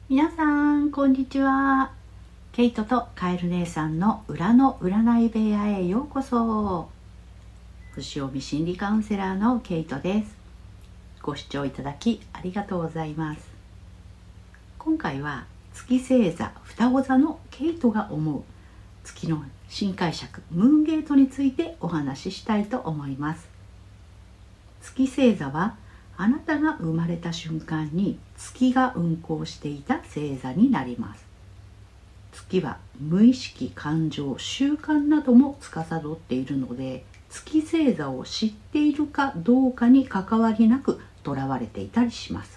皆さんこんにちは。ケイトとカエル姉さんの裏の占い部屋へようこそ。星読み心理カウンセラーのケイトです。ご視聴いただきありがとうございます。今回は月星座双子座のケイトが思う月の新解釈ムーンゲートについてお話ししたいと思います。月星座はあなたが生まれた瞬間に月が運行していた星座になります。月は無意識、感情、習慣なども司っているので、月星座を知っているかどうかに関わりなくとらわれていたりします。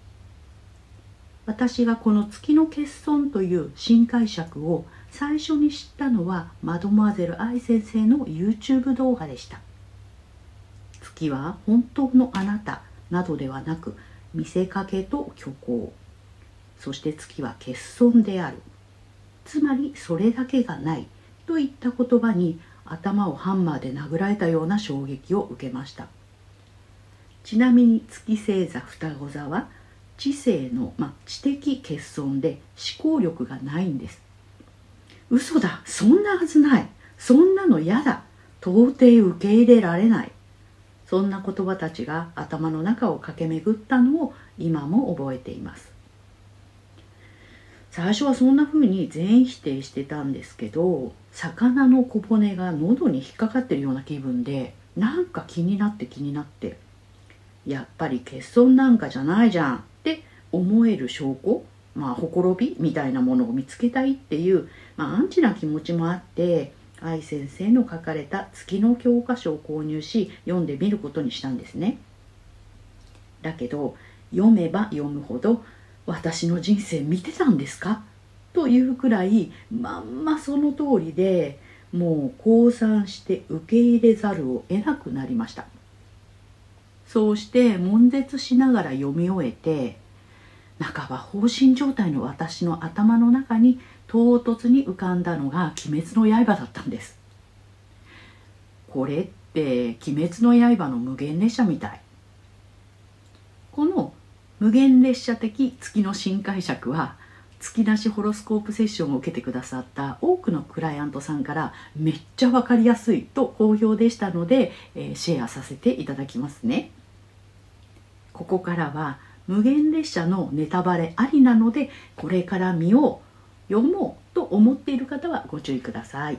私がこの月の欠損という新解釈を最初に知ったのはマドモアゼル愛先生の YouTube 動画でした。月は本当のあなたなどではなく、見せかけと虚構、そして月は欠損である、つまりそれだけがないといった言葉に頭をハンマーで殴られたような衝撃を受けました。ちなみに月星座双子座は知性の、知的欠損で思考力がないんです。嘘だ、そんなはずない、そんなの嫌だ、到底受け入れられない、そんな言葉たちが頭の中を駆け巡ったのを今も覚えています。最初はそんな風に全否定してたんですけど、魚の小骨が喉に引っかかってるような気分で、なんか気になってやっぱり欠損なんかじゃないじゃんって思える証拠、ほころびみたいなものを見つけたいっていう、アンチな気持ちもあって、愛先生の書かれた月の教科書を購入し読んでみることにしたんですね。だけど読めば読むほど、私の人生見てたんですかというくらいまんまその通りで、もう降参して受け入れざるを得なくなりました。そうして悶絶しながら読み終えて、半ば放心状態の私の頭の中に唐突に浮かんだのが鬼滅の刃だったんです。これって鬼滅の刃の無限列車みたい。この無限列車的月の新解釈は、月なしホロスコープセッションを受けてくださった多くのクライアントさんからめっちゃ分かりやすいと好評でしたので、シェアさせていただきますね。ここからは無限列車のネタバレありなので、これから見よう、読もうと思っている方はご注意ください。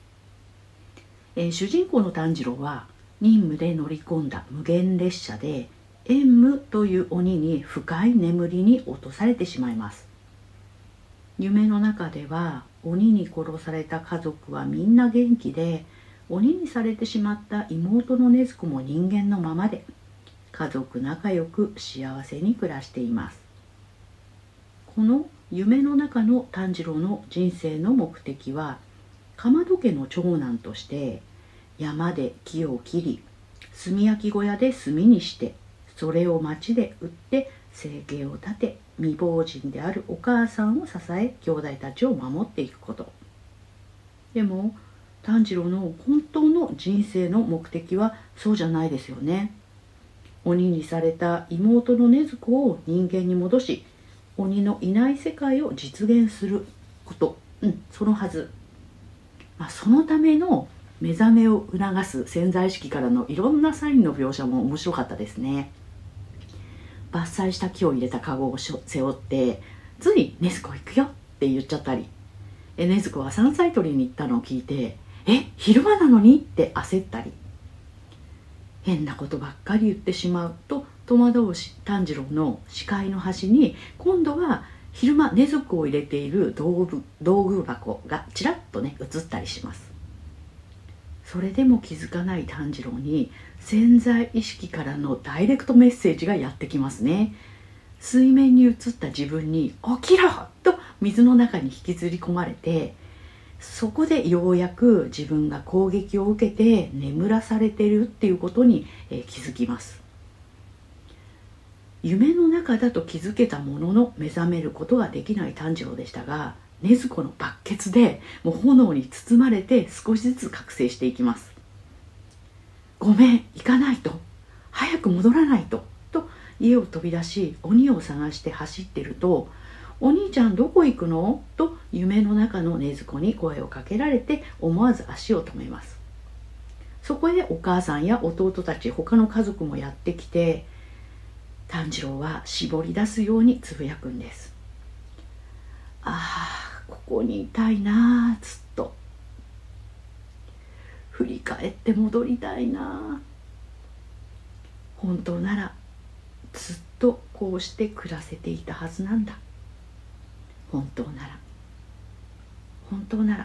主人公の炭治郎は任務で乗り込んだ無限列車で、縁武という鬼に深い眠りに落とされてしまいます。夢の中では鬼に殺された家族はみんな元気で、鬼にされてしまった妹の禰豆子も人間のままで、家族仲良く幸せに暮らしています。この夢の中の炭治郎の人生の目的は、かまど家の長男として山で木を切り、炭焼き小屋で炭にして、それを町で売って生計を立て、未亡人であるお母さんを支え、兄弟たちを守っていくこと。でも炭治郎の本当の人生の目的はそうじゃないですよね。鬼にされた妹の禰豆子を人間に戻し、鬼のいない世界を実現すること、そのはず。そのための目覚めを促す潜在意識からのいろんなサインの描写も面白かったですね。伐採した木を入れたカゴを背負って、つい禰豆子行くよって言っちゃったり、禰豆子は山菜採りに行ったのを聞いて、昼間なのにって焦ったり、変なことばっかり言ってしまうと戸惑う炭治郎の視界の端に、今度は昼間禰豆子を入れている道具箱がちらっと映ったりします。それでも気づかない炭治郎に潜在意識からのダイレクトメッセージがやってきますね。水面に映った自分に起きろと水の中に引きずり込まれて、そこでようやく自分が攻撃を受けて眠らされているっていうことに気づきます。夢の中だと気づけたものの目覚めることができない炭治郎でしたが、禰豆子の爆血でもう炎に包まれて少しずつ覚醒していきます。ごめん、行かないと、早く戻らないと家を飛び出し鬼を探して走ってると、 お兄ちゃんどこ行くの?」と夢の中の禰豆子に声をかけられて思わず足を止めます。そこへお母さんや弟たち他の家族もやってきて、炭治郎は絞り出すようにつぶやくんです。ああ、ここにいたいなあ、ずっと。振り返って戻りたいなあ。本当ならずっとこうして暮らせていたはずなんだ。本当なら、本当なら。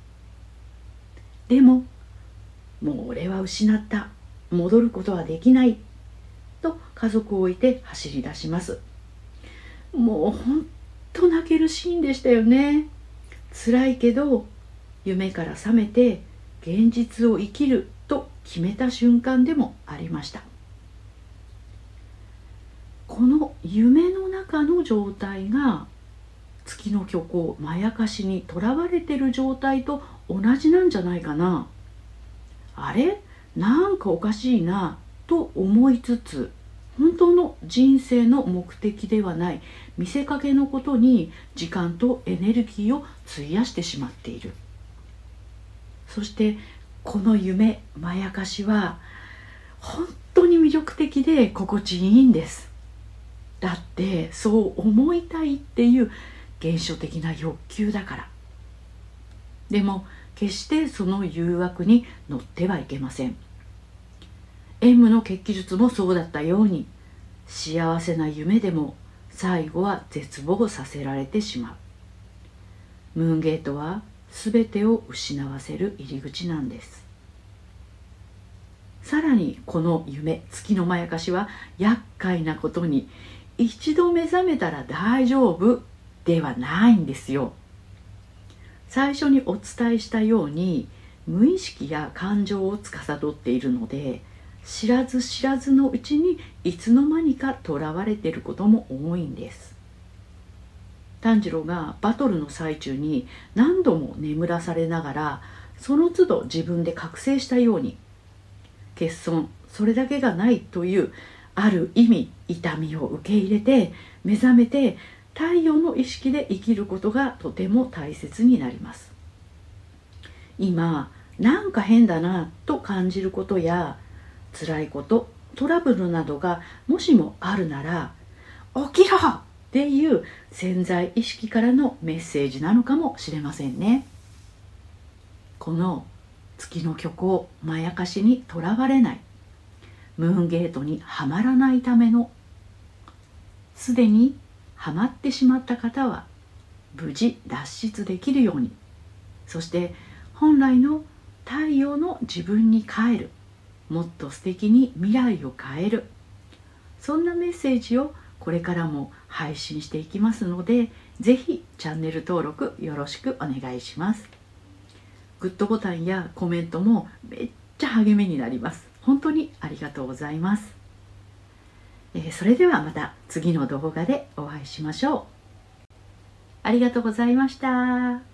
でももう俺は失った、戻ることはできないと家族を置いて走り出します。もうほんと泣けるシーンでしたよね。辛いけど夢から覚めて現実を生きると決めた瞬間でもありました。この夢の中の状態が月の虚構、まやかしにとらわれてる状態と同じなんじゃないかな。あれ?なんかおかしいなと思いつつ、本当の人生の目的ではない見せかけのことに時間とエネルギーを費やしてしまっている。そしてこの夢、まやかしは本当に魅力的で心地いいんです。だってそう思いたいっていう原初的な欲求だから。でも決してその誘惑に乗ってはいけません。エムの血気術もそうだったように、幸せな夢でも最後は絶望させられてしまう。ムーンゲートは全てを失わせる入り口なんです。さらにこの夢、月のまやかしは厄介なことに、一度目覚めたら大丈夫ではないんですよ。最初にお伝えしたように無意識や感情を司っているので、知らず知らずのうちにいつの間にかとらわれていることも多いんです。炭治郎がバトルの最中に何度も眠らされながら、その都度自分で覚醒したように、欠損、それだけがないというある意味痛みを受け入れて目覚めて、太陽の意識で生きることがとても大切になります。今なんか変だなと感じることや辛いこと、トラブルなどがもしもあるなら、起きろっていう潜在意識からのメッセージなのかもしれませんね。この月の虚構、まやかしにとらわれない、ムーンゲートにはまらないための、すでにはまってしまった方は無事脱出できるように、そして本来の太陽の自分に帰る、もっと素敵に未来を変える、そんなメッセージをこれからも配信していきますので、ぜひチャンネル登録よろしくお願いします。グッドボタンやコメントもめっちゃ励みになります。本当にありがとうございます。それではまた次の動画でお会いしましょう。ありがとうございました。